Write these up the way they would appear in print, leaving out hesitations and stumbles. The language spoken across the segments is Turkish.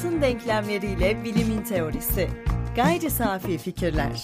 hayatın denklemleriyle bilimin teorisi. Gayri safi fikirler.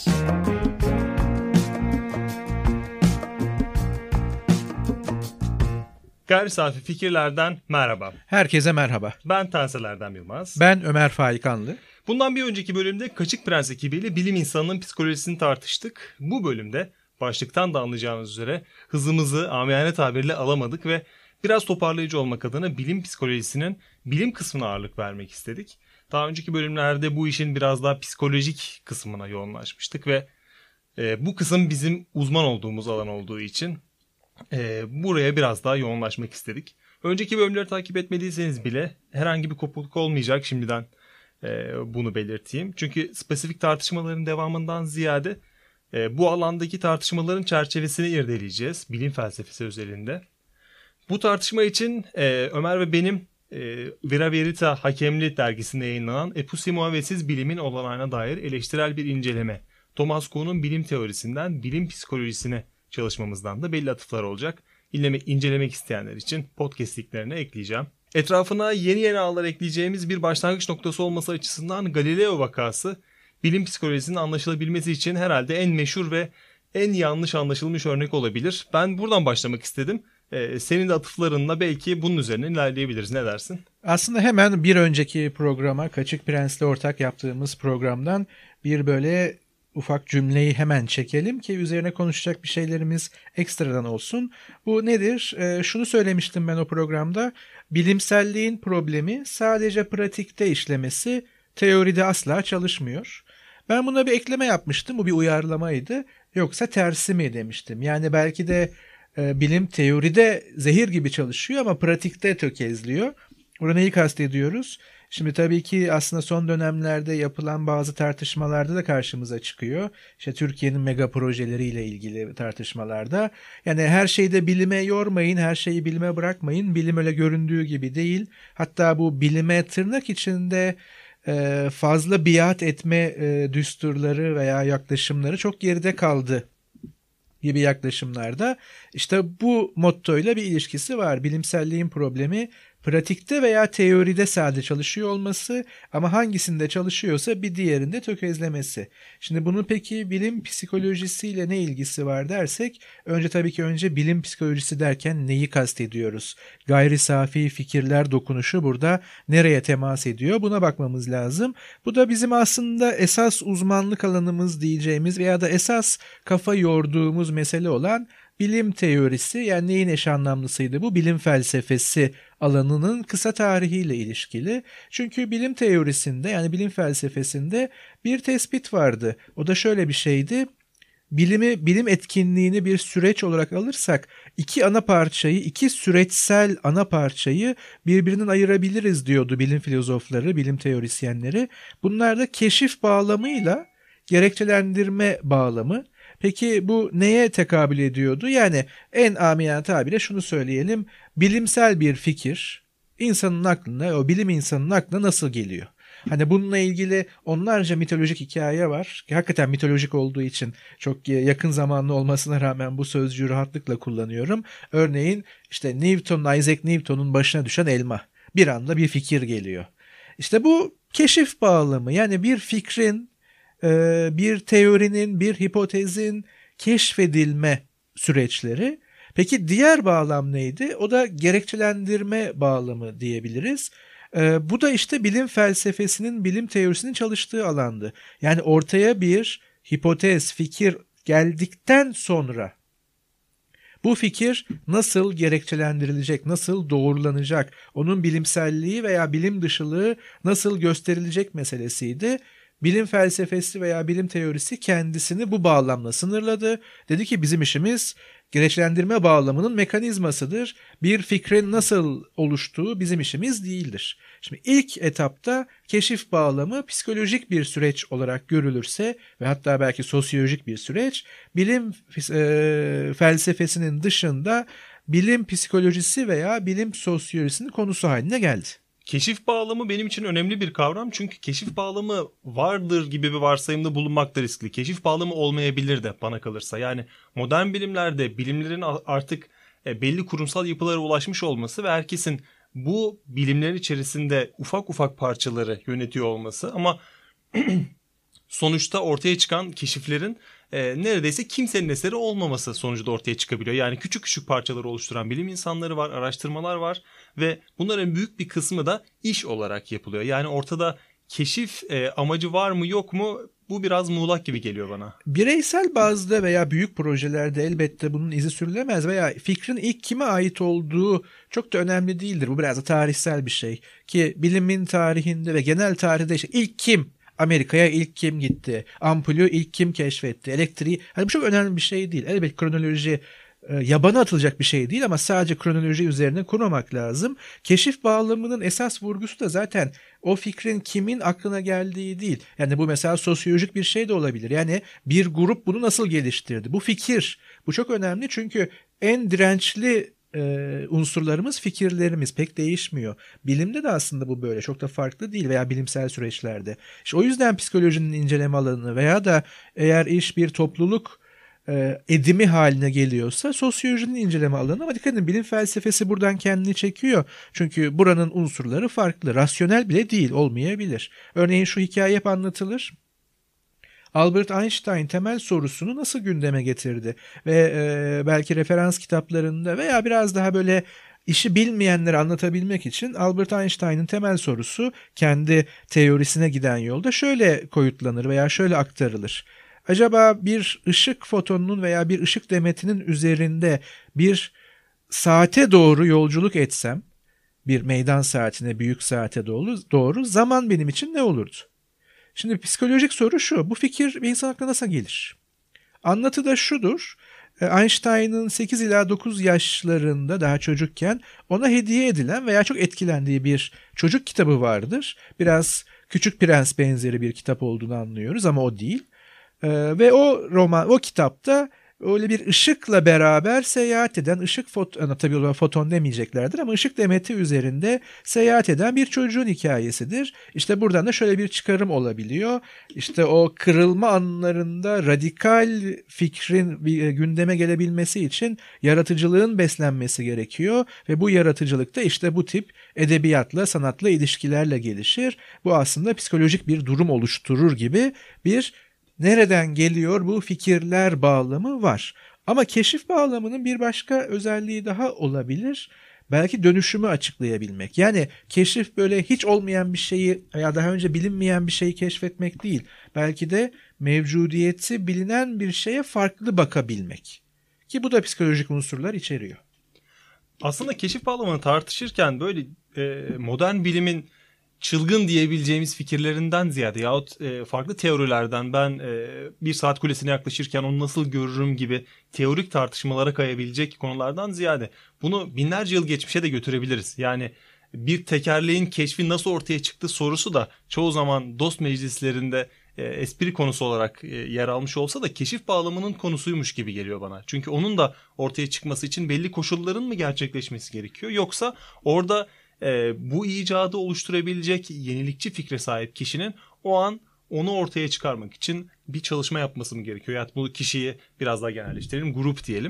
Gayri safi fikirlerden merhaba. Herkese merhaba. Ben Tansel Erdem Yılmaz. Ben Ömer Faikanlı. Bundan bir önceki bölümde Kaçık Prens ekibiyle bilim insanının psikolojisini tartıştık. Bu bölümde başlıktan da anlayacağınız üzere hızımızı amiyane tabirle alamadık ve biraz toparlayıcı olmak adına bilim psikolojisinin bilim kısmına ağırlık vermek istedik. Daha önceki bölümlerde bu işin biraz daha psikolojik kısmına yoğunlaşmıştık ve bu kısım bizim uzman olduğumuz alan olduğu için buraya biraz daha yoğunlaşmak istedik. Önceki bölümleri takip etmediyseniz bile herhangi bir kopukluk olmayacak, şimdiden bunu belirteyim. Çünkü spesifik tartışmaların devamından ziyade bu alandaki tartışmaların çerçevesini irdeleyeceğiz bilim felsefesi özelinde. Bu tartışma için Ömer ve benim Vera Verita Hakemli dergisinde yayınlanan Epistemolojisiz bilimin olanağına dair eleştirel bir inceleme, Thomas Kuhn'un bilim teorisinden bilim psikolojisine çalışmamızdan da belli atıflar olacak. İncelemek isteyenler için podcast linklerine ekleyeceğim. Etrafına yeni ağlar ekleyeceğimiz bir başlangıç noktası olması açısından Galileo vakası bilim psikolojisinin anlaşılabilmesi için herhalde en meşhur ve en yanlış anlaşılmış örnek olabilir. Ben buradan başlamak istedim. Senin de atıflarınla belki bunun üzerine ilerleyebiliriz. Ne dersin? Aslında hemen bir önceki programa, Kaçık Prens'le ortak yaptığımız programdan bir böyle ufak cümleyi hemen çekelim ki üzerine konuşacak bir şeylerimiz ekstradan olsun. Bu nedir? Şunu söylemiştim ben o programda. Bilimselliğin problemi sadece pratikte işlemesi, teoride asla çalışmıyor. Ben buna bir ekleme yapmıştım. Bu bir uyarlamaydı. Yoksa tersi mi demiştim. Yani belki de bilim teoride zehir gibi çalışıyor ama pratikte tökezliyor. Burada neyi kastediyoruz? Şimdi tabii ki aslında son dönemlerde yapılan bazı tartışmalarda da karşımıza çıkıyor. İşte Türkiye'nin mega projeleriyle ilgili tartışmalarda. Yani her şeyi de bilime yormayın, her şeyi bilime bırakmayın. Bilim öyle göründüğü gibi değil. Hatta bu bilime tırnak içinde fazla biat etme düsturları veya yaklaşımları çok geride kaldı gibi yaklaşımlarda işte bu mottoyla bir ilişkisi var. Bilimselliğin problemi pratikte veya teoride sadece çalışıyor olması ama hangisinde çalışıyorsa bir diğerinde tökezlemesi. Şimdi bunun peki bilim psikolojisiyle ne ilgisi var dersek önce bilim psikolojisi derken neyi kastediyoruz? Gayri safi fikirler dokunuşu burada nereye temas ediyor? Buna bakmamız lazım. Bu da bizim aslında esas uzmanlık alanımız diyeceğimiz veya da esas kafa yorduğumuz mesele olan bilim teorisi, yani neyin eş anlamlısıydı bu? Bilim felsefesi alanının kısa tarihiyle ilişkili. Çünkü bilim teorisinde, yani bilim felsefesinde bir tespit vardı. O da şöyle bir şeydi. Bilim etkinliğini bir süreç olarak alırsak iki süreçsel ana parçayı birbirinden ayırabiliriz diyordu bilim filozofları, bilim teorisyenleri. Bunlar da keşif bağlamıyla gerekçelendirme bağlamı. Peki bu neye tekabül ediyordu? Yani en amiyane tabirle şunu söyleyelim. Bilimsel bir fikir o bilim insanının aklına nasıl geliyor? Hani bununla ilgili onlarca mitolojik hikaye var. Hakikaten mitolojik olduğu için çok yakın zamanlı olmasına rağmen bu sözcüğü rahatlıkla kullanıyorum. Örneğin işte Isaac Newton'un başına düşen elma. Bir anda bir fikir geliyor. İşte bu keşif bağlamı, yani bir fikrin, bir teorinin, bir hipotezin keşfedilme süreçleri. Peki diğer bağlam neydi? O da gerekçelendirme bağlamı diyebiliriz. Bu da işte bilim felsefesinin, bilim teorisinin çalıştığı alandı. Yani ortaya bir hipotez, fikir geldikten sonra bu fikir nasıl gerekçelendirilecek, nasıl doğrulanacak, onun bilimselliği veya bilim dışılığı nasıl gösterilecek meselesiydi. Bilim felsefesi veya bilim teorisi kendisini bu bağlamla sınırladı. Dedi ki bizim işimiz gerekçelendirme bağlamının mekanizmasıdır. Bir fikrin nasıl oluştuğu bizim işimiz değildir. Şimdi ilk etapta keşif bağlamı psikolojik bir süreç olarak görülürse ve hatta belki sosyolojik bir süreç, bilim felsefesinin dışında bilim psikolojisi veya bilim sosyolojisinin konusu haline geldi. Keşif bağlamı benim için önemli bir kavram, çünkü keşif bağlamı vardır gibi bir varsayımda bulunmak da riskli. Keşif bağlamı olmayabilir de bana kalırsa. Yani modern bilimlerde bilimlerin artık belli kurumsal yapılara ulaşmış olması ve herkesin bu bilimlerin içerisinde ufak ufak parçaları yönetiyor olması ama sonuçta ortaya çıkan keşiflerin neredeyse kimsenin eseri olmaması sonucunda ortaya çıkabiliyor. Yani küçük küçük parçaları oluşturan bilim insanları var, araştırmalar var ve bunların büyük bir kısmı da iş olarak yapılıyor. Yani ortada keşif amacı var mı yok mu, bu biraz muğlak gibi geliyor bana. Bireysel bazda veya büyük projelerde elbette bunun izi sürülemez veya fikrin ilk kime ait olduğu çok da önemli değildir. Bu biraz da tarihsel bir şey ki bilimin tarihinde ve genel tarihte işte ilk kim, Amerika'ya ilk kim gitti, ampulü ilk kim keşfetti, elektriği, hani bu çok önemli bir şey değil. Elbette kronoloji yabana atılacak bir şey değil ama sadece kronoloji üzerine kurmamak lazım. Keşif bağlamının esas vurgusu da zaten o fikrin kimin aklına geldiği değil. Yani bu mesela sosyolojik bir şey de olabilir. Yani bir grup bunu nasıl geliştirdi? Bu fikir. Bu çok önemli çünkü en dirençli unsurlarımız fikirlerimiz pek değişmiyor. Bilimde de aslında bu böyle çok da farklı değil veya bilimsel süreçlerde. İşte o yüzden psikolojinin inceleme alanı veya da eğer iş bir topluluk edimi haline geliyorsa sosyolojinin inceleme alanı, ama dikkat edin bilim felsefesi buradan kendini çekiyor. Çünkü buranın unsurları farklı. Rasyonel bile değil, olmayabilir. Örneğin şu hikaye hep anlatılır. Albert Einstein temel sorusunu nasıl gündeme getirdi? Ve belki referans kitaplarında veya biraz daha böyle işi bilmeyenlere anlatabilmek için Albert Einstein'ın temel sorusu kendi teorisine giden yolda şöyle koyutlanır veya şöyle aktarılır. Acaba bir ışık fotonunun veya bir ışık demetinin üzerinde bir saate doğru yolculuk etsem, bir meydan saatine, büyük saate doğru zaman benim için ne olurdu? Şimdi psikolojik soru şu, bu fikir bir insan aklına nasıl gelir? Anlatı da şudur, Einstein'ın 8 ila 9 yaşlarında daha çocukken ona hediye edilen veya çok etkilendiği bir çocuk kitabı vardır. Biraz Küçük Prens benzeri bir kitap olduğunu anlıyoruz ama o değil. Ve o kitapta öyle bir ışıkla beraber seyahat eden tabii o zaman foton demeyeceklerdir ama ışık demeti üzerinde seyahat eden bir çocuğun hikayesidir. İşte buradan da şöyle bir çıkarım olabiliyor. İşte o kırılma anlarında radikal fikrin gündeme gelebilmesi için yaratıcılığın beslenmesi gerekiyor ve bu yaratıcılık da işte bu tip edebiyatla, sanatla ilişkilerle gelişir. Bu aslında psikolojik bir durum oluşturur gibi bir nereden geliyor bu fikirler bağlamı var. Ama keşif bağlamının bir başka özelliği daha olabilir. Belki dönüşümü açıklayabilmek. Yani keşif böyle hiç olmayan bir şeyi veya daha önce bilinmeyen bir şeyi keşfetmek değil. Belki de mevcudiyeti bilinen bir şeye farklı bakabilmek. Ki bu da psikolojik unsurlar içeriyor. Aslında keşif bağlamını tartışırken böyle modern bilimin çılgın diyebileceğimiz fikirlerinden ziyade yahut farklı teorilerden ben bir saat kulesine yaklaşırken onu nasıl görürüm gibi teorik tartışmalara kayabilecek konulardan ziyade bunu binlerce yıl geçmişe de götürebiliriz. Yani bir tekerleğin keşfi nasıl ortaya çıktı sorusu da çoğu zaman dost meclislerinde espri konusu olarak yer almış olsa da keşif bağlamının konusuymuş gibi geliyor bana. Çünkü onun da ortaya çıkması için belli koşulların mı gerçekleşmesi gerekiyor, yoksa orada bu icadı oluşturabilecek yenilikçi fikre sahip kişinin o an onu ortaya çıkarmak için bir çalışma yapması mı gerekiyor? Yani bu kişiyi biraz daha genelleştirelim, grup diyelim.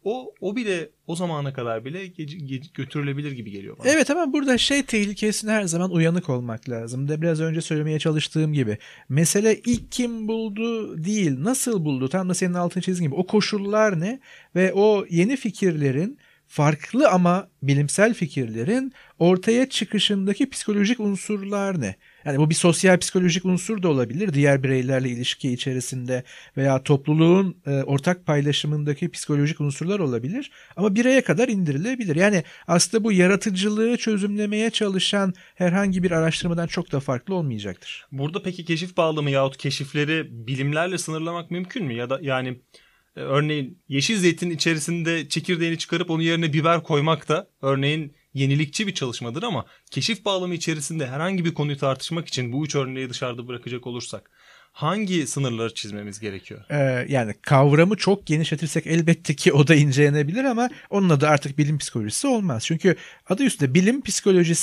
O bile o zamana kadar bile götürülebilir gibi geliyor bana. Evet ama burada tehlikesine her zaman uyanık olmak lazım. De biraz önce söylemeye çalıştığım gibi. Mesele ilk kim buldu değil, nasıl buldu? Tam da senin altını çizdiğin gibi. O koşullar ne? Ve o yeni fikirlerin, farklı ama bilimsel fikirlerin ortaya çıkışındaki psikolojik unsurlar ne? Yani bu bir sosyal psikolojik unsur da olabilir. Diğer bireylerle ilişki içerisinde veya topluluğun ortak paylaşımındaki psikolojik unsurlar olabilir. Ama bireye kadar indirilebilir. Yani aslında bu yaratıcılığı çözümlemeye çalışan herhangi bir araştırmadan çok da farklı olmayacaktır. Burada peki keşif bağlamı yahut keşifleri bilimlerle sınırlamak mümkün mü? Ya da yani örneğin yeşil zeytin içerisinde çekirdeğini çıkarıp onun yerine biber koymak da örneğin yenilikçi bir çalışmadır ama keşif bağlamı içerisinde herhangi bir konuyu tartışmak için bu üç örneği dışarıda bırakacak olursak hangi sınırları çizmemiz gerekiyor? Yani kavramı çok genişletirsek elbette ki o da incelenebilir ama onun adı artık bilim psikolojisi olmaz. Çünkü adı üstünde bilim psikolojisi.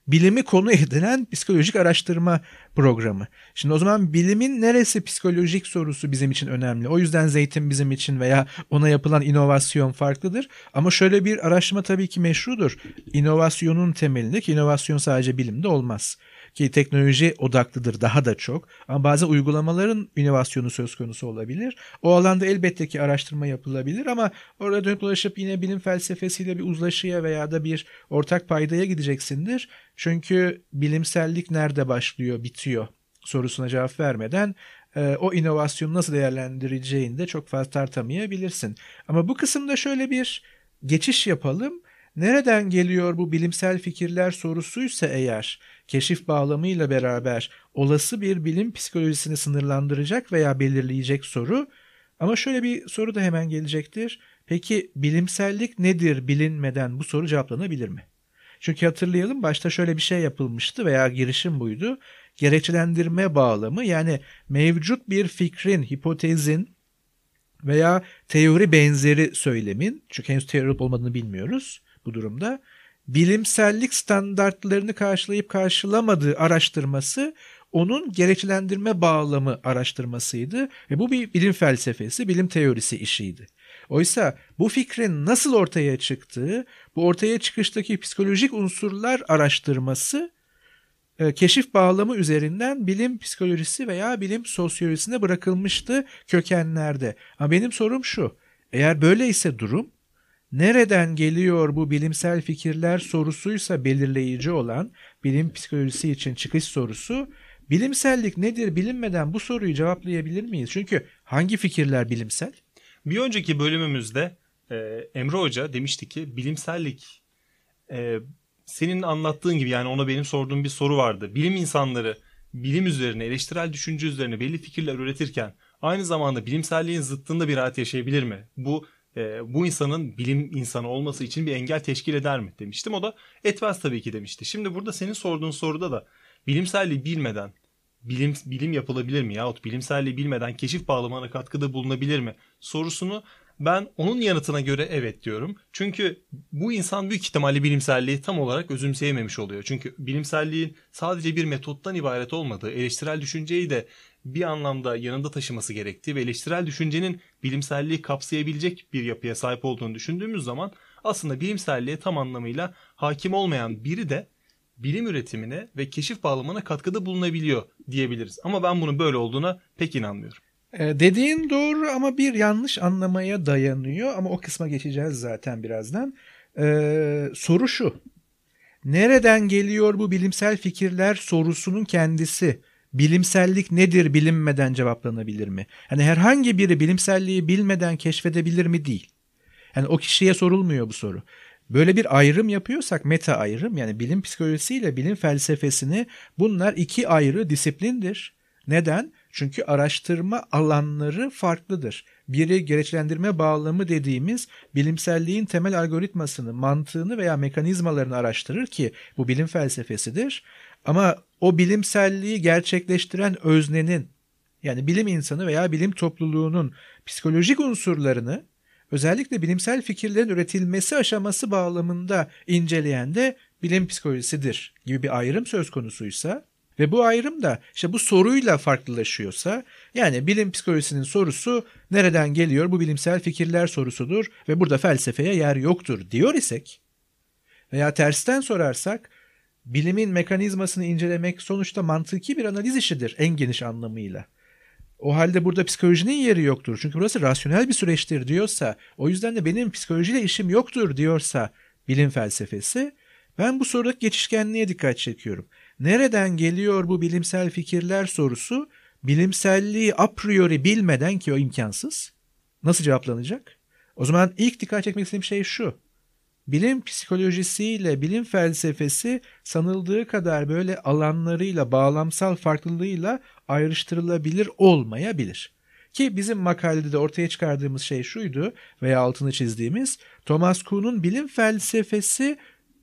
bilimi konu edinen psikolojik araştırma programı. Şimdi o zaman bilimin neresi psikolojik sorusu bizim için önemli. O yüzden zeytin bizim için veya ona yapılan inovasyon farklıdır. Ama şöyle bir araştırma tabii ki meşrudur. İnovasyonun temelinde, ki inovasyon sadece bilimde olmaz. Ki teknoloji odaklıdır daha da çok. Ama bazen uygulamaların inovasyonu söz konusu olabilir. O alanda elbette ki araştırma yapılabilir ama orada dönüp dolaşıp yine bilim felsefesiyle bir uzlaşıya veya da bir ortak paydaya gideceksindir. Çünkü bilimsellik nerede başlıyor, bitiyor sorusuna cevap vermeden o inovasyonu nasıl değerlendireceğini de çok fazla tartamayabilirsin. Ama bu kısımda şöyle bir geçiş yapalım. Nereden geliyor bu bilimsel fikirler sorusuysa eğer, keşif bağlamıyla beraber olası bir bilim psikolojisini sınırlandıracak veya belirleyecek soru. Ama şöyle bir soru da hemen gelecektir. Peki bilimsellik nedir bilinmeden bu soru cevaplanabilir mi? Çünkü hatırlayalım, başta şöyle bir şey yapılmıştı veya girişim buydu. Gerekçelendirme bağlamı, yani mevcut bir fikrin, hipotezin veya teori benzeri söylemin, çünkü henüz teori olup olmadığını bilmiyoruz bu durumda, bilimsellik standartlarını karşılayıp karşılamadığı araştırması onun gerekçelendirme bağlamı araştırmasıydı ve bu bir bilim felsefesi, bilim teorisi işiydi. Oysa bu fikrin nasıl ortaya çıktığı, bu ortaya çıkıştaki psikolojik unsurlar araştırması keşif bağlamı üzerinden bilim psikolojisi veya bilim sosyolojisine bırakılmıştı kökenlerde. Ama benim sorum şu: eğer böyleyse durum, nereden geliyor bu bilimsel fikirler sorusuysa belirleyici olan bilim psikolojisi için çıkış sorusu, bilimsellik nedir bilinmeden bu soruyu cevaplayabilir miyiz? Çünkü hangi fikirler bilimsel? Bir önceki bölümümüzde Emre Hoca demişti ki bilimsellik senin anlattığın gibi, yani ona benim sorduğum bir soru vardı. Bilim insanları bilim üzerine, eleştirel düşünce üzerine belli fikirler üretirken aynı zamanda bilimselliğin zıttında bir hayat yaşayabilir mi? Bu insanın bilim insanı olması için bir engel teşkil eder mi demiştim. O da etmez tabii ki demişti. Şimdi burada senin sorduğun soruda da bilimselliği bilmeden bilim yapılabilir mi? Yahut bilimselliği bilmeden keşif bağlamına katkıda bulunabilir mi sorusunu ben onun yanıtına göre evet diyorum. Çünkü bu insan büyük ihtimalle bilimselliği tam olarak özümseyememiş oluyor. Çünkü bilimselliğin sadece bir metottan ibaret olmadığı, eleştirel düşünceyi de bir anlamda yanında taşıması gerektiği ve eleştirel düşüncenin bilimselliği kapsayabilecek bir yapıya sahip olduğunu düşündüğümüz zaman aslında bilimselliğe tam anlamıyla hakim olmayan biri de bilim üretimine ve keşif bağlamına katkıda bulunabiliyor diyebiliriz. Ama ben bunun böyle olduğuna pek inanmıyorum. Dediğin doğru ama bir yanlış anlamaya dayanıyor, ama o kısma geçeceğiz zaten birazdan. Soru şu: nereden geliyor bu bilimsel fikirler sorusunun kendisi, bilimsellik nedir bilinmeden cevaplanabilir mi? Yani herhangi biri bilimselliği bilmeden keşfedebilir mi değil. Yani o kişiye sorulmuyor bu soru. Böyle bir ayrım yapıyorsak, meta ayrım, yani bilim psikolojisiyle bilim felsefesini, bunlar iki ayrı disiplindir. Neden? Çünkü araştırma alanları farklıdır. Biri gerekçelendirme bağlamı dediğimiz bilimselliğin temel algoritmasını, mantığını veya mekanizmalarını araştırır ki bu bilim felsefesidir. Ama o bilimselliği gerçekleştiren öznenin, yani bilim insanı veya bilim topluluğunun psikolojik unsurlarını özellikle bilimsel fikirlerin üretilmesi aşaması bağlamında inceleyen de bilim psikolojisidir gibi bir ayrım söz konusuysa ve bu ayrım da işte bu soruyla farklılaşıyorsa, yani bilim psikolojisinin sorusu nereden geliyor bu bilimsel fikirler sorusudur ve burada felsefeye yer yoktur diyor isek veya tersten sorarsak, bilimin mekanizmasını incelemek sonuçta mantıki bir analiz işidir en geniş anlamıyla. O halde burada psikolojinin yeri yoktur. Çünkü burası rasyonel bir süreçtir diyorsa, o yüzden de benim psikolojiyle işim yoktur diyorsa bilim felsefesi, ben bu sorudaki geçişkenliğe dikkat çekiyorum. Nereden geliyor bu bilimsel fikirler sorusu, bilimselliği a priori bilmeden, ki o imkansız, nasıl cevaplanacak? O zaman ilk dikkat çekmek istediğim şey şu: bilim psikolojisiyle bilim felsefesi sanıldığı kadar böyle alanlarıyla, bağlamsal farklılığıyla ayrıştırılabilir olmayabilir. Ki bizim makalede de ortaya çıkardığımız şey şuydu veya altını çizdiğimiz, Thomas Kuhn'un bilim felsefesi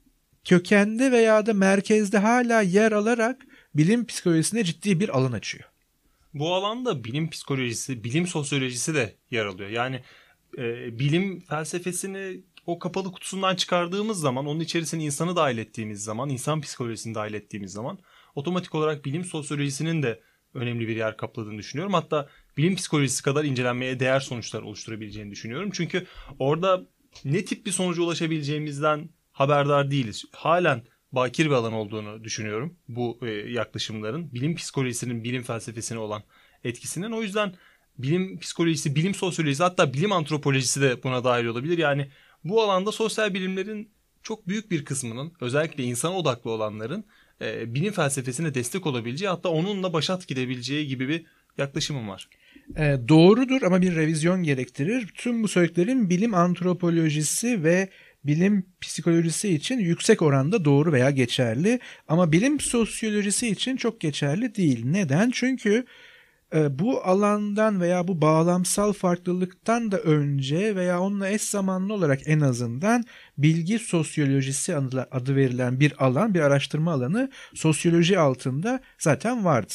kökende veya da merkezde hala yer alarak bilim psikolojisine ciddi bir alan açıyor. Bu alanda bilim psikolojisi, bilim sosyolojisi de yer alıyor. Yani bilim felsefesini o kapalı kutusundan çıkardığımız zaman, onun içerisine insanı dahil ettiğimiz zaman, insan psikolojisini dahil ettiğimiz zaman otomatik olarak bilim sosyolojisinin de önemli bir yer kapladığını düşünüyorum. Hatta bilim psikolojisi kadar incelenmeye değer sonuçlar oluşturabileceğini düşünüyorum. Çünkü orada ne tip bir sonuca ulaşabileceğimizden haberdar değiliz. Halen bakir bir alan olduğunu düşünüyorum bu yaklaşımların. Bilim psikolojisinin bilim felsefesine olan etkisinin. O yüzden bilim psikolojisi, bilim sosyolojisi, hatta bilim antropolojisi de buna dahil olabilir. Yani bu alanda sosyal bilimlerin çok büyük bir kısmının, özellikle insana odaklı olanların bilim felsefesine destek olabileceği, hatta onunla başat gidebileceği gibi bir yaklaşımım var. Doğrudur ama bir revizyon gerektirir. Tüm bu söylediklerim bilim antropolojisi ve bilim psikolojisi için yüksek oranda doğru veya geçerli. Ama bilim sosyolojisi için çok geçerli değil. Neden? Çünkü bu alandan veya bu bağlamsal farklılıktan da önce veya onunla eş zamanlı olarak en azından bilgi sosyolojisi adı verilen bir alan, bir araştırma alanı sosyoloji altında zaten vardı.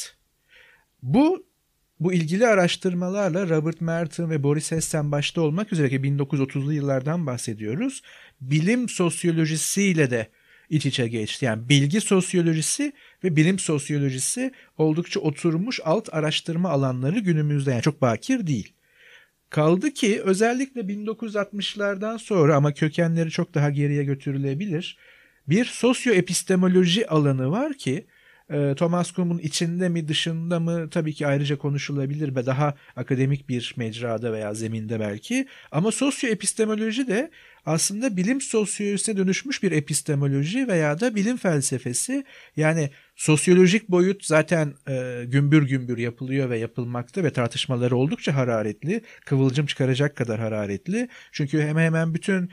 Bu ilgili araştırmalarla Robert Merton ve Boris Hessen başta olmak üzere ki 1930'lu yıllardan bahsediyoruz. Bilim sosyolojisiyle de iç içe geçti. Yani bilgi sosyolojisi ve bilim sosyolojisi oldukça oturmuş alt araştırma alanları günümüzde, yani çok bakir değil. Kaldı ki özellikle 1960'lardan sonra, ama kökenleri çok daha geriye götürülebilir, bir sosyoepistemoloji alanı var ki Thomas Kuhn'un içinde mi dışında mı tabii ki ayrıca konuşulabilir ve daha akademik bir mecrada veya zeminde belki, ama sosyoepistemoloji de aslında bilim sosyolojisine dönüşmüş bir epistemoloji veya da bilim felsefesi. Yani sosyolojik boyut zaten gümbür gümbür yapılıyor ve yapılmakta ve tartışmaları oldukça hararetli, kıvılcım çıkaracak kadar hararetli. Çünkü hemen hemen bütün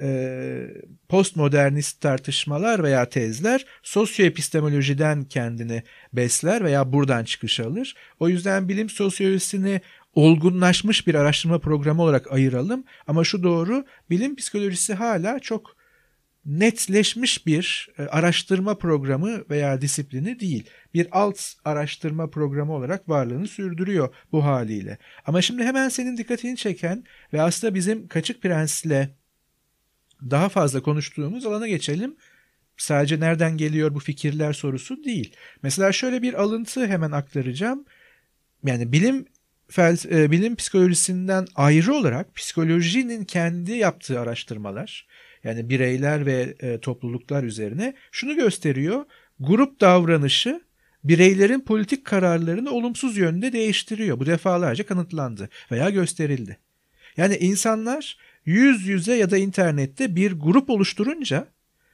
postmodernist tartışmalar veya tezler sosyoepistemolojiden kendini besler veya buradan çıkış alır. O yüzden bilim sosyolojisini olgunlaşmış bir araştırma programı olarak ayıralım. Ama şu doğru, bilim psikolojisi hala çok netleşmiş bir araştırma programı veya disiplini değil. Bir alt araştırma programı olarak varlığını sürdürüyor bu haliyle. Ama şimdi hemen senin dikkatini çeken ve aslında bizim Kaçık Prens'le daha fazla konuştuğumuz alana geçelim. Sadece nereden geliyor bu fikirler sorusu değil. Mesela şöyle bir alıntı hemen aktaracağım. Yani bilim psikolojisinden ayrı olarak psikolojinin kendi yaptığı araştırmalar, yani bireyler ve topluluklar üzerine şunu gösteriyor. Grup davranışı bireylerin politik kararlarını olumsuz yönde değiştiriyor. Bu defalarca kanıtlandı veya gösterildi. Yani insanlar yüz yüze ya da internette bir grup oluşturunca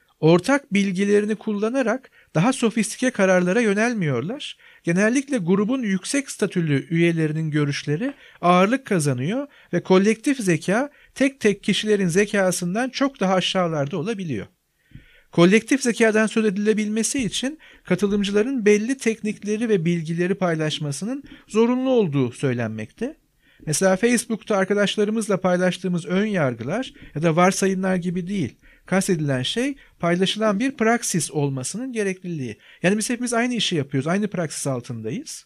ortak bilgilerini kullanarak daha sofistike kararlara yönelmiyorlar. Genellikle grubun yüksek statülü üyelerinin görüşleri ağırlık kazanıyor ve kolektif zeka tek tek kişilerin zekasından çok daha aşağılarda olabiliyor. Kolektif zekadan söz edilebilmesi için katılımcıların belli teknikleri ve bilgileri paylaşmasının zorunlu olduğu söylenmekte. Mesela Facebook'ta arkadaşlarımızla paylaştığımız ön yargılar ya da varsayımlar gibi değil. Kastedilen şey paylaşılan bir praksis olmasının gerekliliği. Yani biz hepimiz aynı işi yapıyoruz, aynı praksis altındayız.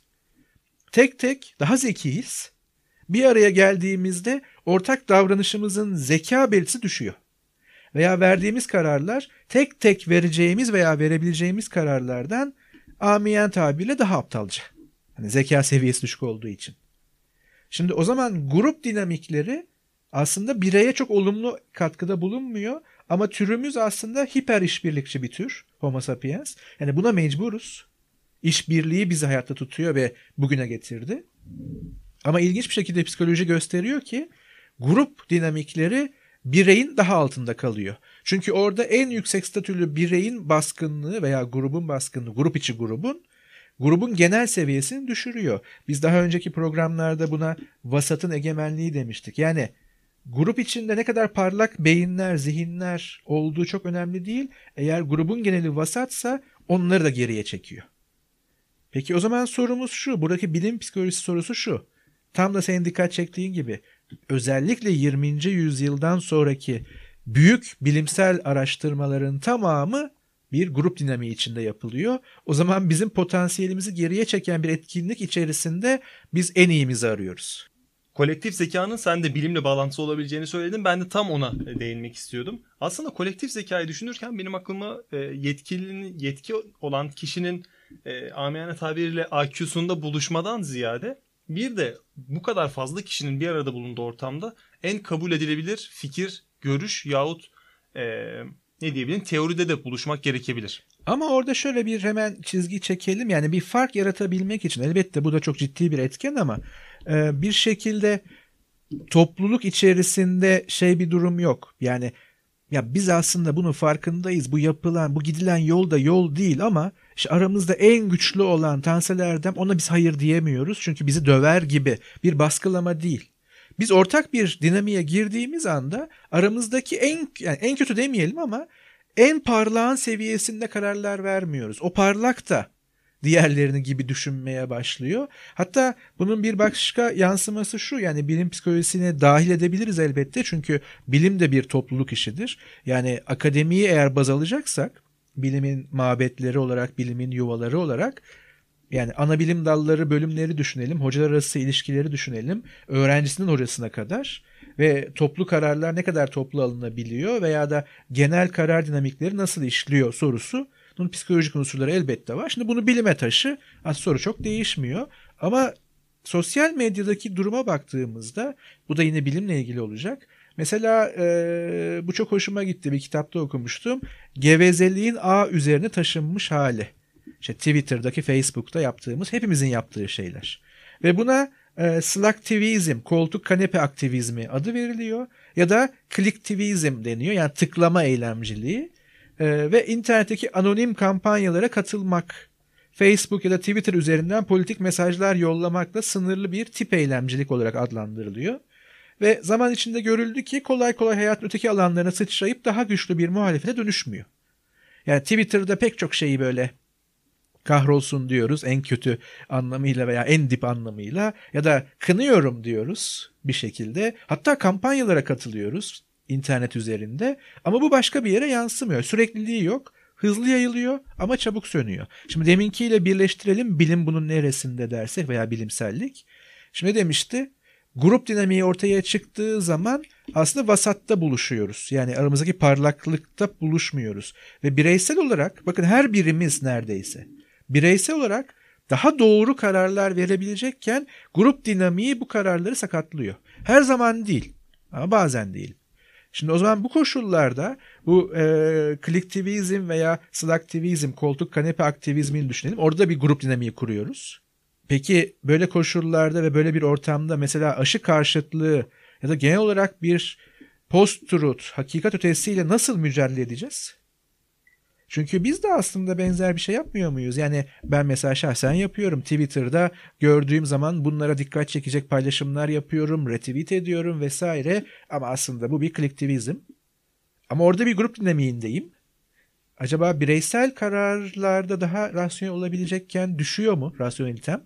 Tek tek daha zekiyiz. Bir araya geldiğimizde ortak davranışımızın zeka belirtisi düşüyor. Veya verdiğimiz kararlar tek tek vereceğimiz veya verebileceğimiz kararlardan amiyen tabirle daha aptalca. Hani zeka seviyesi düşük olduğu için. Şimdi o zaman grup dinamikleri aslında bireye çok olumlu katkıda bulunmuyor ama türümüz aslında hiper işbirlikçi bir tür, Homo sapiens. Yani buna mecburuz. İşbirliği bizi hayatta tutuyor ve bugüne getirdi. Ama ilginç bir şekilde psikoloji gösteriyor ki grup dinamikleri bireyin daha altında kalıyor. Çünkü orada en yüksek statülü bireyin baskınlığı veya grubun baskınlığı, grup içi grubun genel seviyesini düşürüyor. Biz daha önceki programlarda buna vasatın egemenliği demiştik. Yani grup içinde ne kadar parlak beyinler, zihinler olduğu çok önemli değil. Eğer grubun geneli vasatsa onları da geriye çekiyor. Peki o zaman sorumuz şu, buradaki bilim psikolojisi sorusu şu. Tam da senin dikkat çektiğin gibi özellikle 20. yüzyıldan sonraki büyük bilimsel araştırmaların tamamı bir grup dinamiği içinde yapılıyor. O zaman bizim potansiyelimizi geriye çeken bir etkinlik içerisinde biz en iyimizi arıyoruz. Kolektif zekanın sen de bilimle bağlantısı olabileceğini söyledin. Ben de tam ona değinmek istiyordum. Aslında kolektif zekayı düşünürken benim aklıma yetki olan kişinin amiyane tabiriyle IQ'sunda buluşmadan ziyade bir de bu kadar fazla kişinin bir arada bulunduğu ortamda en kabul edilebilir fikir, görüş yahut ne diyebilirim teoride de buluşmak gerekebilir. Ama orada şöyle bir hemen çizgi çekelim. Yani bir fark yaratabilmek için elbette bu da çok ciddi bir etken ama bir şekilde topluluk içerisinde bir durum yok. Yani ya biz aslında bunun farkındayız. Bu yapılan, bu gidilen yol da yol değil ama işte aramızda en güçlü olan Tansel Erdem, ona biz hayır diyemiyoruz. Çünkü bizi döver gibi bir baskılama değil. Biz ortak bir dinamiğe girdiğimiz anda aramızdaki en kötü demeyelim ama en parlağın seviyesinde kararlar vermiyoruz. O parlak da diğerlerini gibi düşünmeye başlıyor. Hatta bunun bir başka yansıması şu, yani bilim psikolojisine dahil edebiliriz elbette. Çünkü bilim de bir topluluk işidir. Yani akademiyi eğer baz alacaksak, bilimin mabetleri olarak, bilimin yuvaları olarak, yani ana bilim dalları, bölümleri düşünelim, hocalar arası ilişkileri düşünelim, öğrencisinin hocasına kadar ve toplu kararlar ne kadar toplu alınabiliyor veya da genel karar dinamikleri nasıl işliyor sorusu. Bunun psikolojik unsurları elbette var. Şimdi bunu bilime taşı, soru çok değişmiyor. Ama sosyal medyadaki duruma baktığımızda, bu da yine bilimle ilgili olacak. Mesela bu çok hoşuma gitti, bir kitapta okumuştum. Gevezeliğin ağ üzerine taşınmış hali. İşte Twitter'daki, Facebook'ta yaptığımız, hepimizin yaptığı şeyler. Ve buna slacktivizm, koltuk kanepe aktivizmi adı veriliyor. Ya da clicktivizm deniyor. Yani tıklama eylemciliği. Ve internetteki anonim kampanyalara katılmak, Facebook ya da Twitter üzerinden politik mesajlar yollamakla sınırlı bir tip eylemcilik olarak adlandırılıyor. Ve zaman içinde görüldü ki kolay kolay hayatın öteki alanlarına sıçrayıp daha güçlü bir muhalefete dönüşmüyor. Yani Twitter'da pek çok şeyi böyle kahrolsun diyoruz en kötü anlamıyla veya en dip anlamıyla, ya da kınıyorum diyoruz bir şekilde. Hatta kampanyalara katılıyoruz internet üzerinde ama bu başka bir yere yansımıyor. Sürekliliği yok. Hızlı yayılıyor ama çabuk sönüyor. Şimdi deminkiyle birleştirelim, bilim bunun neresinde dersek veya bilimsellik. Şimdi ne demişti? Grup dinamiği ortaya çıktığı zaman aslında vasatta buluşuyoruz. Yani aramızdaki parlaklıkta buluşmuyoruz. Ve bireysel olarak, bakın her birimiz neredeyse bireysel olarak daha doğru kararlar verebilecekken grup dinamiği bu kararları sakatlıyor. Her zaman değil ama bazen değil. Şimdi o zaman bu koşullarda bu kolektivizm veya slacktivizm, koltuk kanepe aktivizmini düşünelim. Orada bir grup dinamiği kuruyoruz. Peki böyle koşullarda ve böyle bir ortamda mesela aşı karşıtlığı ya da genel olarak bir post-truth, hakikat ötesiyle nasıl mücadele edeceğiz? Çünkü biz de aslında benzer bir şey yapmıyor muyuz? Yani ben mesela şahsen yapıyorum. Twitter'da gördüğüm zaman bunlara dikkat çekecek paylaşımlar yapıyorum, retweet ediyorum vesaire. Ama aslında bu bir kolektivizm. Ama orada bir grup dinamiğindeyim. Acaba bireysel kararlarda daha rasyonel olabilecekken düşüyor mu rasyonelitem?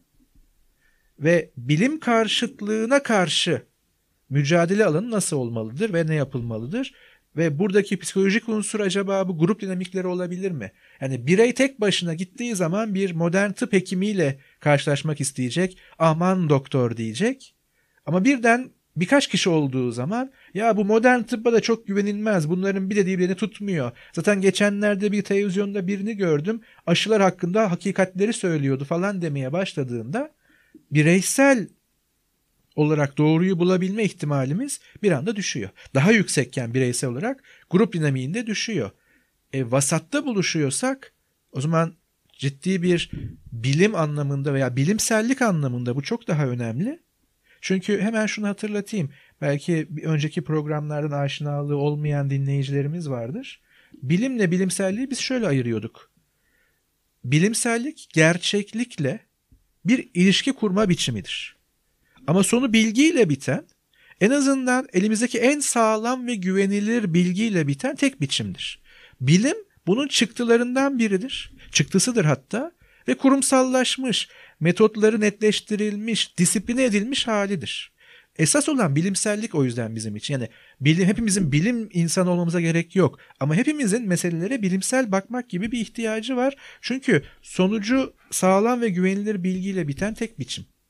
Ve bilim karşıtlığına karşı mücadele alanı nasıl olmalıdır ve ne yapılmalıdır? Ve buradaki psikolojik unsur acaba bu grup dinamikleri olabilir mi? Yani birey tek başına gittiği zaman bir modern tıp hekimiyle karşılaşmak isteyecek. Aman doktor diyecek. Ama birden birkaç kişi olduğu zaman ya bu modern tıbba da çok güvenilmez. Bunların bir dediği birini tutmuyor. Zaten geçenlerde bir televizyonda birini gördüm. Aşılar hakkında hakikatleri söylüyordu falan demeye başladığında bireysel olarak doğruyu bulabilme ihtimalimiz bir anda düşüyor. Daha yüksekken bireysel olarak grup dinamiğinde düşüyor. Vasatta buluşuyorsak o zaman ciddi bir bilim anlamında veya bilimsellik anlamında bu çok daha önemli. Çünkü hemen şunu hatırlatayım. Belki bir önceki programlardan aşinalığı olmayan dinleyicilerimiz vardır. Bilimle bilimselliği biz şöyle ayırıyorduk. Bilimsellik gerçeklikle bir ilişki kurma biçimidir. Ama sonu bilgiyle biten, en azından elimizdeki en sağlam ve güvenilir bilgiyle biten tek biçimdir. Bilim bunun çıktılarından biridir. Çıktısıdır hatta ve kurumsallaşmış, metotları netleştirilmiş, disipline edilmiş halidir. Esas olan bilimsellik o yüzden bizim için. Yani hepimizin bilim insanı olmamıza gerek yok. Ama hepimizin meselelere bilimsel bakmak gibi bir ihtiyacı var. Çünkü sonucu sağlam ve güvenilir bilgiyle biten tek biçim.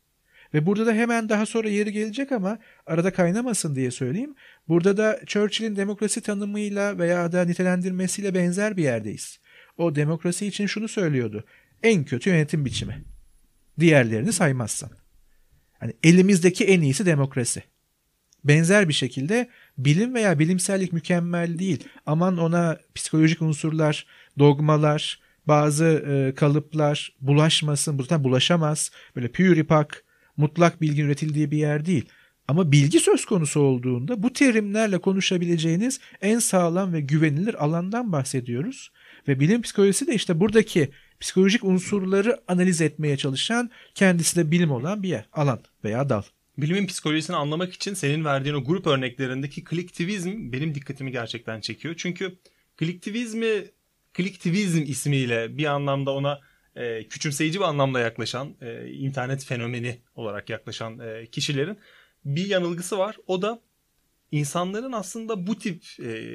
Ve burada da hemen daha sonra yeri gelecek ama arada kaynamasın diye söyleyeyim. Burada da Churchill'in demokrasi tanımıyla veya da nitelendirmesiyle benzer bir yerdeyiz. O demokrasi için şunu söylüyordu. En kötü yönetim biçimi. Diğerlerini saymazsan. Hani elimizdeki en iyisi demokrasi. Benzer bir şekilde bilim veya bilimsellik mükemmel değil. Aman ona psikolojik unsurlar, dogmalar, bazı kalıplar bulaşmasın. Buradan bulaşamaz. Böyle püripak, mutlak bilgi üretildiği bir yer değil. Ama bilgi söz konusu olduğunda bu terimlerle konuşabileceğiniz en sağlam ve güvenilir alandan bahsediyoruz. Ve bilim psikolojisi de işte buradaki psikolojik unsurları analiz etmeye çalışan, kendisi de bilim olan bir yer, alan veya dal. Bilimin psikolojisini anlamak için senin verdiğin o grup örneklerindeki kliktivizm benim dikkatimi gerçekten çekiyor. Çünkü kliktivizm ismiyle bir anlamda ona küçümseyici bir anlamda yaklaşan, internet fenomeni olarak yaklaşan kişilerin bir yanılgısı var. O da insanların aslında bu tip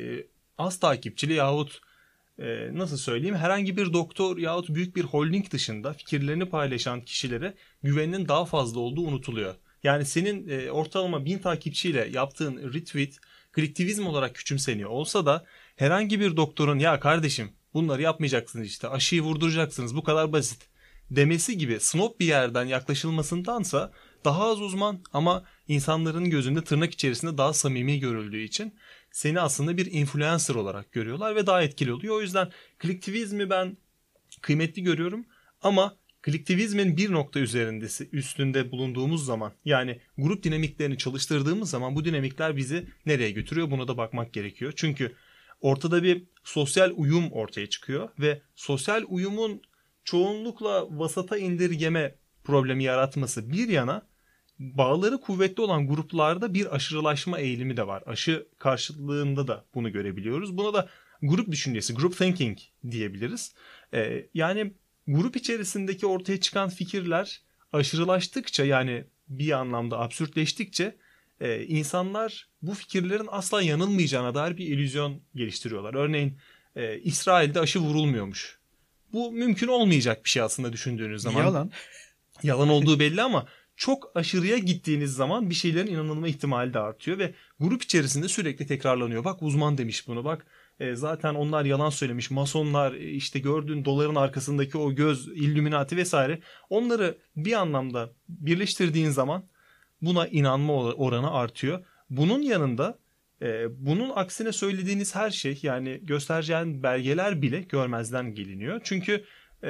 az takipçili yahut nasıl söyleyeyim, herhangi bir doktor yahut büyük bir holding dışında fikirlerini paylaşan kişilere güveninin daha fazla olduğu unutuluyor. Yani senin ortalama 1000 takipçiyle yaptığın retweet kliktivizm olarak küçümseniyor olsa da herhangi bir doktorun ya kardeşim bunları yapmayacaksınız, işte aşıyı vurduracaksınız, bu kadar basit demesi gibi snob bir yerden yaklaşılmasındansa daha az uzman ama insanların gözünde tırnak içerisinde daha samimi görüldüğü için seni aslında bir influencer olarak görüyorlar ve daha etkili oluyor. O yüzden kliktivizmi ben kıymetli görüyorum ama kliktivizmin bir nokta üstünde bulunduğumuz zaman, yani grup dinamiklerini çalıştırdığımız zaman bu dinamikler bizi nereye götürüyor, buna da bakmak gerekiyor. Çünkü ortada bir sosyal uyum ortaya çıkıyor ve sosyal uyumun çoğunlukla vasata indirgeme problemi yaratması bir yana, bağları kuvvetli olan gruplarda bir aşırılaşma eğilimi de var. Aşı karşılığında da bunu görebiliyoruz. Buna da grup düşüncesi, group thinking diyebiliriz. Yani grup içerisindeki ortaya çıkan fikirler aşırılaştıkça, yani bir anlamda absürtleştikçe insanlar bu fikirlerin asla yanılmayacağına dair bir illüzyon geliştiriyorlar. Örneğin İsrail'de aşı vurulmuyormuş. Bu mümkün olmayacak bir şey aslında düşündüğünüz zaman. Yalan. Yalan olduğu belli ama çok aşırıya gittiğiniz zaman bir şeylerin inanılma ihtimali de artıyor ve grup içerisinde sürekli tekrarlanıyor. Bak uzman demiş bunu, bak zaten onlar yalan söylemiş, masonlar, işte gördüğün doların arkasındaki o göz, Illuminati vesaire, onları bir anlamda birleştirdiğin zaman buna inanma oranı artıyor. Bunun yanında bunun aksine söylediğiniz her şey, yani göstereceğin belgeler bile görmezden geliniyor. Çünkü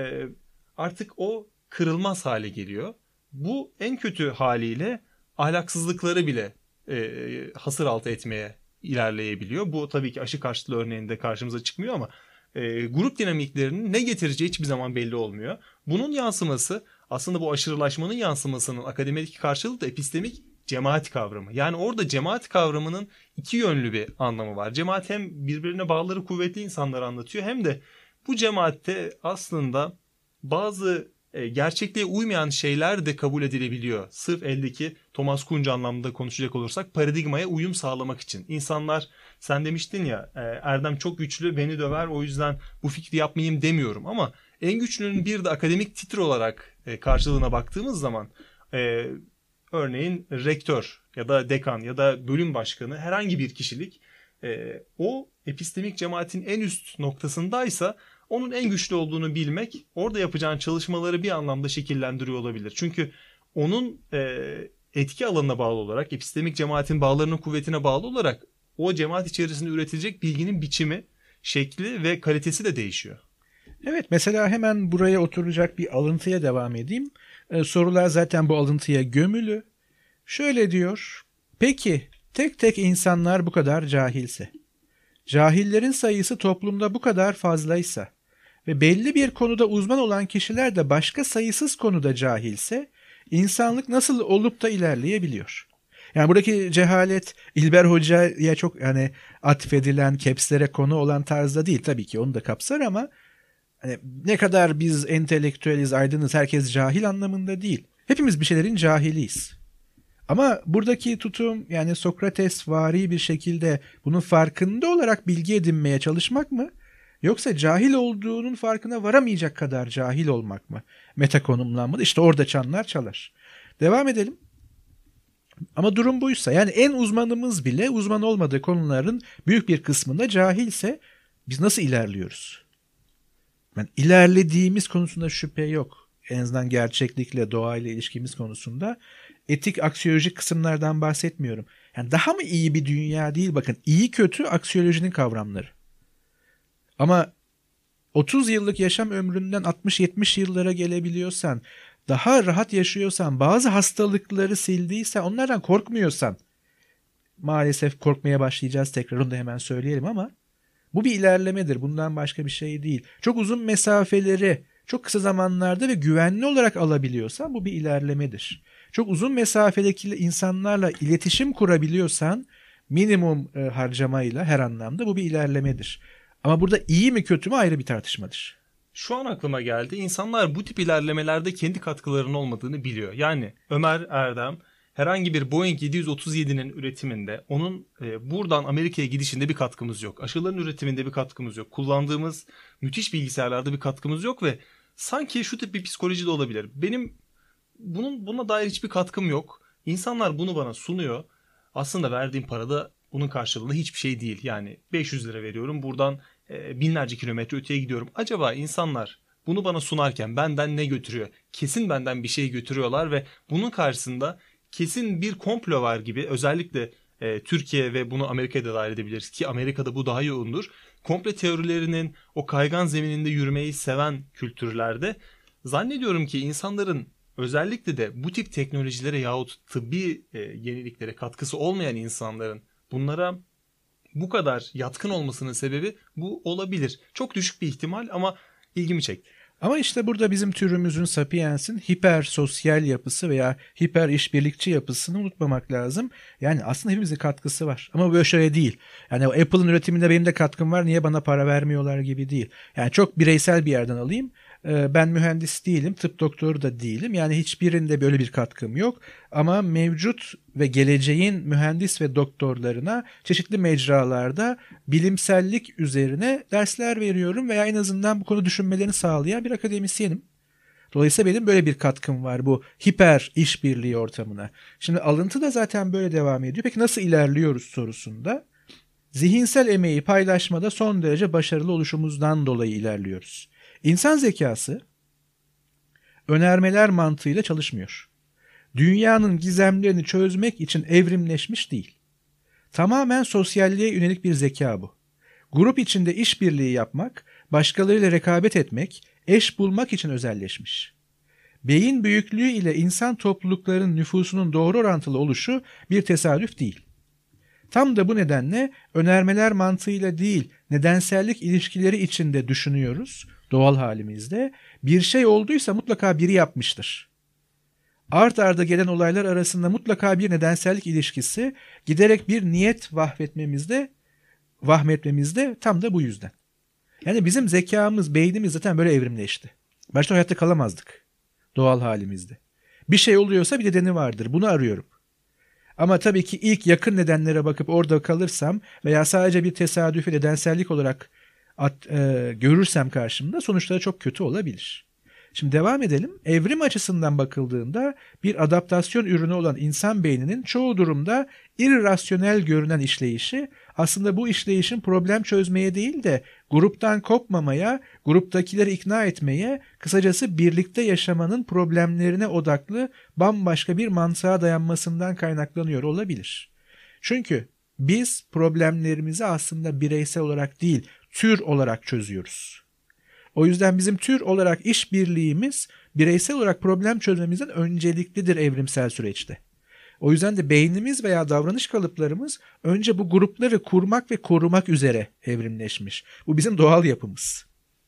artık o kırılmaz hale geliyor. Bu en kötü haliyle ahlaksızlıkları bile hasır altı etmeye ilerleyebiliyor. Bu tabii ki aşı karşıtlığı örneğinde karşımıza çıkmıyor ama grup dinamiklerinin ne getireceği hiçbir zaman belli olmuyor. Bunun yansıması, aslında bu aşırılaşmanın yansımasının akademik karşılığı da epistemik cemaat kavramı. Yani orada cemaat kavramının iki yönlü bir anlamı var. Cemaat hem birbirine bağları kuvvetli insanları anlatıyor, hem de bu cemaatte aslında bazı gerçekliğe uymayan şeyler de kabul edilebiliyor. Sırf eldeki Thomas Kuhn anlamında konuşacak olursak paradigmaya uyum sağlamak için. İnsanlar, sen demiştin ya Erdem çok güçlü beni döver o yüzden bu fikri yapmayayım demiyorum, ama en güçlünün bir de akademik titre olarak karşılığına baktığımız zaman örneğin rektör ya da dekan ya da bölüm başkanı, herhangi bir kişilik o epistemik cemaatin en üst noktasındaysa onun en güçlü olduğunu bilmek orada yapacağın çalışmaları bir anlamda şekillendiriyor olabilir. Çünkü onun etki alanına bağlı olarak, epistemik cemaatin bağlarının kuvvetine bağlı olarak o cemaat içerisinde üretilecek bilginin biçimi, şekli ve kalitesi de değişiyor. Evet, mesela hemen buraya oturacak bir alıntıya devam edeyim. Sorular zaten bu alıntıya gömülü. Şöyle diyor: peki tek tek insanlar bu kadar cahilse, cahillerin sayısı toplumda bu kadar fazlaysa ve belli bir konuda uzman olan kişiler de başka sayısız konuda cahilse, insanlık nasıl olup da ilerleyebiliyor? Yani buradaki cehalet İlber Hoca'ya çok atfedilen, capslere konu olan tarzda değil. Tabii ki onu da kapsar ama ne kadar biz entelektüeliz, aydınız, herkes cahil anlamında değil. Hepimiz bir şeylerin cahiliyiz. Ama buradaki tutum, yani Sokrates vari bir şekilde bunun farkında olarak bilgi edinmeye çalışmak mı? Yoksa cahil olduğunun farkına varamayacak kadar cahil olmak mı? Meta konumlanmalı. İşte orada çanlar çalar. Devam edelim. Ama durum buysa, yani en uzmanımız bile uzman olmadığı konuların büyük bir kısmında cahilse biz nasıl ilerliyoruz? Yani ilerlediğimiz konusunda şüphe yok. En azından gerçeklikle, doğayla ilişkimiz konusunda. Etik, aksiyolojik kısımlardan bahsetmiyorum. Yani daha mı iyi bir dünya değil, bakın iyi kötü aksiyolojinin kavramları. Ama 30 yıllık yaşam ömründen 60-70 yıllara gelebiliyorsan, daha rahat yaşıyorsan, bazı hastalıkları sildiysen, onlardan korkmuyorsan, maalesef korkmaya başlayacağız tekrar, onu da hemen söyleyelim ama bu bir ilerlemedir. Bundan başka bir şey değil. Çok uzun mesafeleri çok kısa zamanlarda ve güvenli olarak alabiliyorsan bu bir ilerlemedir. Çok uzun mesafedeki insanlarla iletişim kurabiliyorsan minimum harcamayla her anlamda bu bir ilerlemedir. Ama burada iyi mi kötü mü ayrı bir tartışmadır. Şu an aklıma geldi. İnsanlar bu tip ilerlemelerde kendi katkılarının olmadığını biliyor. Yani Ömer Erdem herhangi bir Boeing 737'nin üretiminde, onun buradan Amerika'ya gidişinde bir katkımız yok. Aşıların üretiminde bir katkımız yok. Kullandığımız müthiş bilgisayarlarda bir katkımız yok ve sanki şu tip bir psikoloji de olabilir. Benim buna dair hiçbir katkım yok. İnsanlar bunu bana sunuyor. Aslında verdiğim para da bunun karşılığında hiçbir şey değil. Yani 500 lira veriyorum. Buradan binlerce kilometre öteye gidiyorum. Acaba insanlar bunu bana sunarken benden ne götürüyor? Kesin benden bir şey götürüyorlar ve bunun karşısında kesin bir komplo var gibi, özellikle Türkiye ve bunu Amerika'ya da dahil edebiliriz ki Amerika'da bu daha yoğundur. Komplo teorilerinin o kaygan zemininde yürümeyi seven kültürlerde zannediyorum ki insanların, özellikle de bu tip teknolojilere yahut tıbbi yeniliklere katkısı olmayan insanların bunlara bu kadar yatkın olmasının sebebi bu olabilir. Çok düşük bir ihtimal ama ilgimi çekti. Ama işte burada bizim türümüzün, Sapiens'in hiper sosyal yapısı veya hiper işbirlikçi yapısını unutmamak lazım. Yani aslında hepimizin katkısı var. Ama böyle şöyle değil. Yani Apple'ın üretiminde benim de katkım var, niye bana para vermiyorlar gibi değil. Yani çok bireysel bir yerden alayım. Ben mühendis değilim, tıp doktoru da değilim. Yani hiçbirinde böyle bir katkım yok. Ama mevcut ve geleceğin mühendis ve doktorlarına çeşitli mecralarda bilimsellik üzerine dersler veriyorum veya en azından bu konu düşünmelerini sağlayan bir akademisyenim. Dolayısıyla benim böyle bir katkım var bu hiper işbirliği ortamına. Şimdi alıntı da zaten böyle devam ediyor. Peki nasıl ilerliyoruz sorusunda, zihinsel emeği paylaşmada son derece başarılı oluşumuzdan dolayı ilerliyoruz. İnsan zekası önermeler mantığıyla çalışmıyor. Dünyanın gizemlerini çözmek için evrimleşmiş değil. Tamamen sosyalliğe yönelik bir zeka bu. Grup içinde işbirliği yapmak, başkalarıyla rekabet etmek, eş bulmak için özelleşmiş. Beyin büyüklüğü ile insan topluluklarının nüfusunun doğru orantılı oluşu bir tesadüf değil. Tam da bu nedenle önermeler mantığıyla değil, nedensellik ilişkileri içinde düşünüyoruz, doğal halimizde. Bir şey olduysa mutlaka biri yapmıştır. Art arda gelen olaylar arasında mutlaka bir nedensellik ilişkisi, giderek bir niyet vahmetmemizde tam da bu yüzden. Yani bizim zekamız, beynimiz zaten böyle evrimleşti. Başta hayatta kalamazdık doğal halimizde. Bir şey oluyorsa bir nedeni vardır, bunu arıyorum. Ama tabii ki ilk yakın nedenlere bakıp orada kalırsam veya sadece bir tesadüfi nedensellik olarak görürsem karşımda, sonuçları çok kötü olabilir. Şimdi devam edelim. Evrim açısından bakıldığında bir adaptasyon ürünü olan insan beyninin çoğu durumda irrasyonel görünen işleyişi, aslında bu işleyişin problem çözmeye değil de gruptan kopmamaya, gruptakileri ikna etmeye, kısacası birlikte yaşamanın problemlerine odaklı bambaşka bir mantığa dayanmasından kaynaklanıyor olabilir. Çünkü biz problemlerimizi aslında bireysel olarak değil, tür olarak çözüyoruz. O yüzden bizim tür olarak işbirliğimiz bireysel olarak problem çözmemizden önceliklidir evrimsel süreçte. O yüzden de beynimiz veya davranış kalıplarımız önce bu grupları kurmak ve korumak üzere evrimleşmiş. Bu bizim doğal yapımız.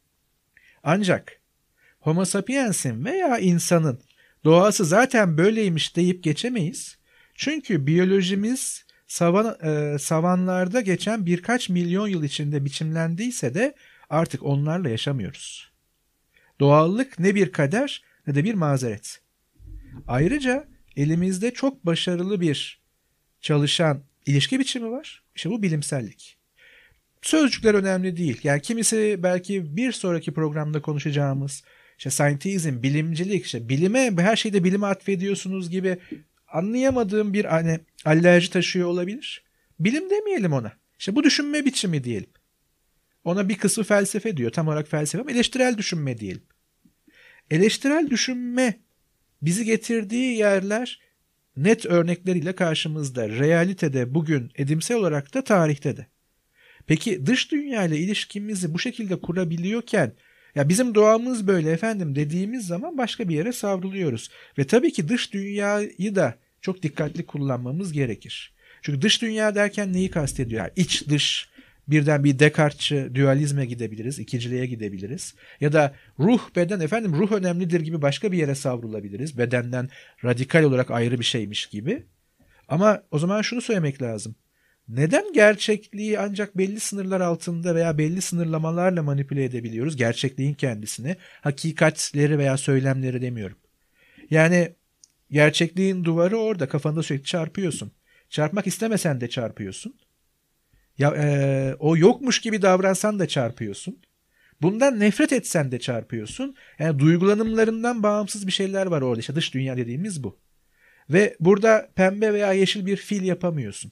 Ancak Homo sapiens'in veya insanın doğası zaten böyleymiş deyip geçemeyiz. Çünkü biyolojimiz savanlarda geçen birkaç milyon yıl içinde biçimlendiyse de artık onlarla yaşamıyoruz. Doğallık ne bir kader ne de bir mazeret. Ayrıca elimizde çok başarılı bir çalışan ilişki biçimi var. İşte bu bilimsellik. Sözcükler önemli değil. Yani kimisi belki bir sonraki programda konuşacağımız İşte scientism, bilimcilik, işte bilime, her şeyde bilime atfediyorsunuz gibi anlayamadığım bir hani alerji taşıyor olabilir. Bilim demeyelim ona. İşte bu düşünme biçimi diyelim. Ona bir kısmı felsefe diyor. Tam olarak felsefe ama eleştirel düşünme diyelim. Eleştirel düşünme bizi getirdiği yerler net örnekleriyle karşımızda. Realitede, bugün, edimsel olarak da tarihte de. Peki dış dünya ile ilişkimizi bu şekilde kurabiliyorken ya bizim doğamız böyle efendim dediğimiz zaman başka bir yere savruluyoruz. Ve tabii ki dış dünyayı da çok dikkatli kullanmamız gerekir. Çünkü dış dünya derken neyi kastediyor? Yani iç dış, birden bir Descartes'çı dualizme gidebiliriz, ikiciliğe gidebiliriz. Ya da ruh, beden, efendim ruh önemlidir gibi başka bir yere savrulabiliriz. Bedenden radikal olarak ayrı bir şeymiş gibi. Ama o zaman şunu söylemek lazım. Neden gerçekliği ancak belli sınırlar altında veya belli sınırlamalarla manipüle edebiliyoruz? Gerçekliğin kendisini, hakikatleri veya söylemleri demiyorum. Yani gerçekliğin duvarı orada, kafanda sürekli çarpıyorsun. Çarpmak istemesen de çarpıyorsun. Ya o yokmuş gibi davransan da çarpıyorsun. Bundan nefret etsen de çarpıyorsun. Yani duygulanımlarından bağımsız bir şeyler var orada. İşte dış dünya dediğimiz bu. Ve burada pembe veya yeşil bir fil yapamıyorsun.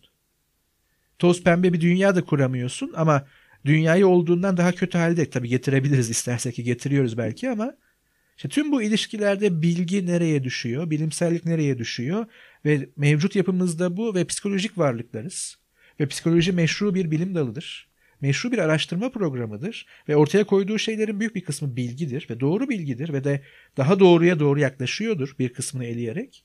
Toz pembe bir dünya da kuramıyorsun ama dünyayı olduğundan daha kötü halde tabii getirebiliriz, istersek ki getiriyoruz belki ama işte tüm bu ilişkilerde bilgi nereye düşüyor, bilimsellik nereye düşüyor ve mevcut yapımızda bu ve psikolojik varlıklarız. Ve psikoloji meşru bir bilim dalıdır. Meşru bir araştırma programıdır ve ortaya koyduğu şeylerin büyük bir kısmı bilgidir ve doğru bilgidir ve de daha doğruya doğru yaklaşıyordur bir kısmını eleyerek.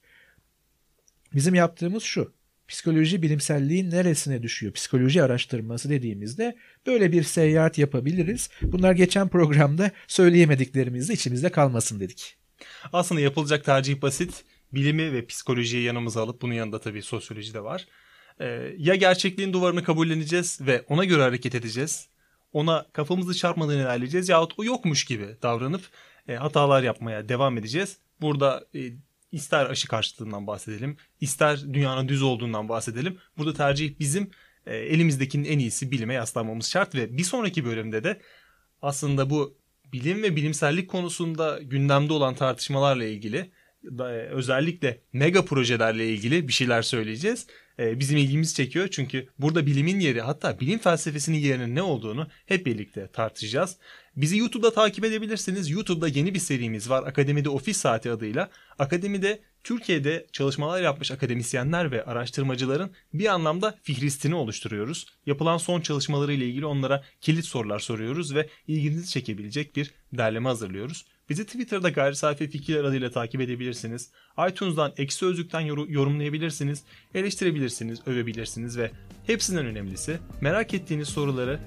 Bizim yaptığımız şu: psikoloji bilimselliğin neresine düşüyor? Psikoloji araştırması dediğimizde böyle bir seyahat yapabiliriz. Bunlar geçen programda söyleyemediklerimiz de içimizde kalmasın dedik. Aslında yapılacak tercih basit. Bilimi ve psikolojiyi yanımıza alıp bunun yanında tabii sosyoloji de var. Ya gerçekliğin duvarını kabulleneceğiz ve ona göre hareket edeceğiz. Ona kafamızı çarpmadan ilerleyeceğiz yahut o yokmuş gibi davranıp hatalar yapmaya devam edeceğiz. Burada ister aşı karşıtlığından bahsedelim, ister dünyanın düz olduğundan bahsedelim. Burada tercih bizim, elimizdekinin en iyisi bilime yaslanmamız şart ve bir sonraki bölümde de aslında bu bilim ve bilimsellik konusunda gündemde olan tartışmalarla ilgili, özellikle mega projelerle ilgili bir şeyler söyleyeceğiz. Bizim ilgimizi çekiyor çünkü burada bilimin yeri, hatta bilim felsefesinin yerinin ne olduğunu hep birlikte tartışacağız. Bizi YouTube'da takip edebilirsiniz. YouTube'da yeni bir serimiz var. Akademide Ofis Saati adıyla. Akademide Türkiye'de çalışmalar yapmış akademisyenler ve araştırmacıların bir anlamda fihristini oluşturuyoruz. Yapılan son çalışmaları ile ilgili onlara kilit sorular soruyoruz ve ilginizi çekebilecek bir derleme hazırlıyoruz. Bizi Twitter'da Gayri Safi Fikirler adıyla takip edebilirsiniz. iTunes'dan, Ekşi Sözlük'ten yorumlayabilirsiniz, eleştirebilirsiniz, övebilirsiniz ve hepsinden önemlisi merak ettiğiniz soruları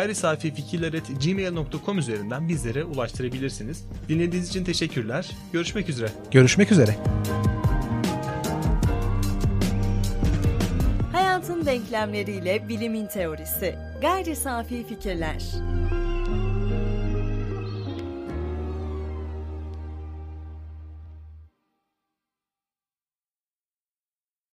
gayrisafifikirler@gmail.com üzerinden bizlere ulaştırabilirsiniz. Dinlediğiniz için teşekkürler. Görüşmek üzere. Görüşmek üzere. Hayatın denklemleriyle bilimin teorisi. Gayri Safi Fikirler.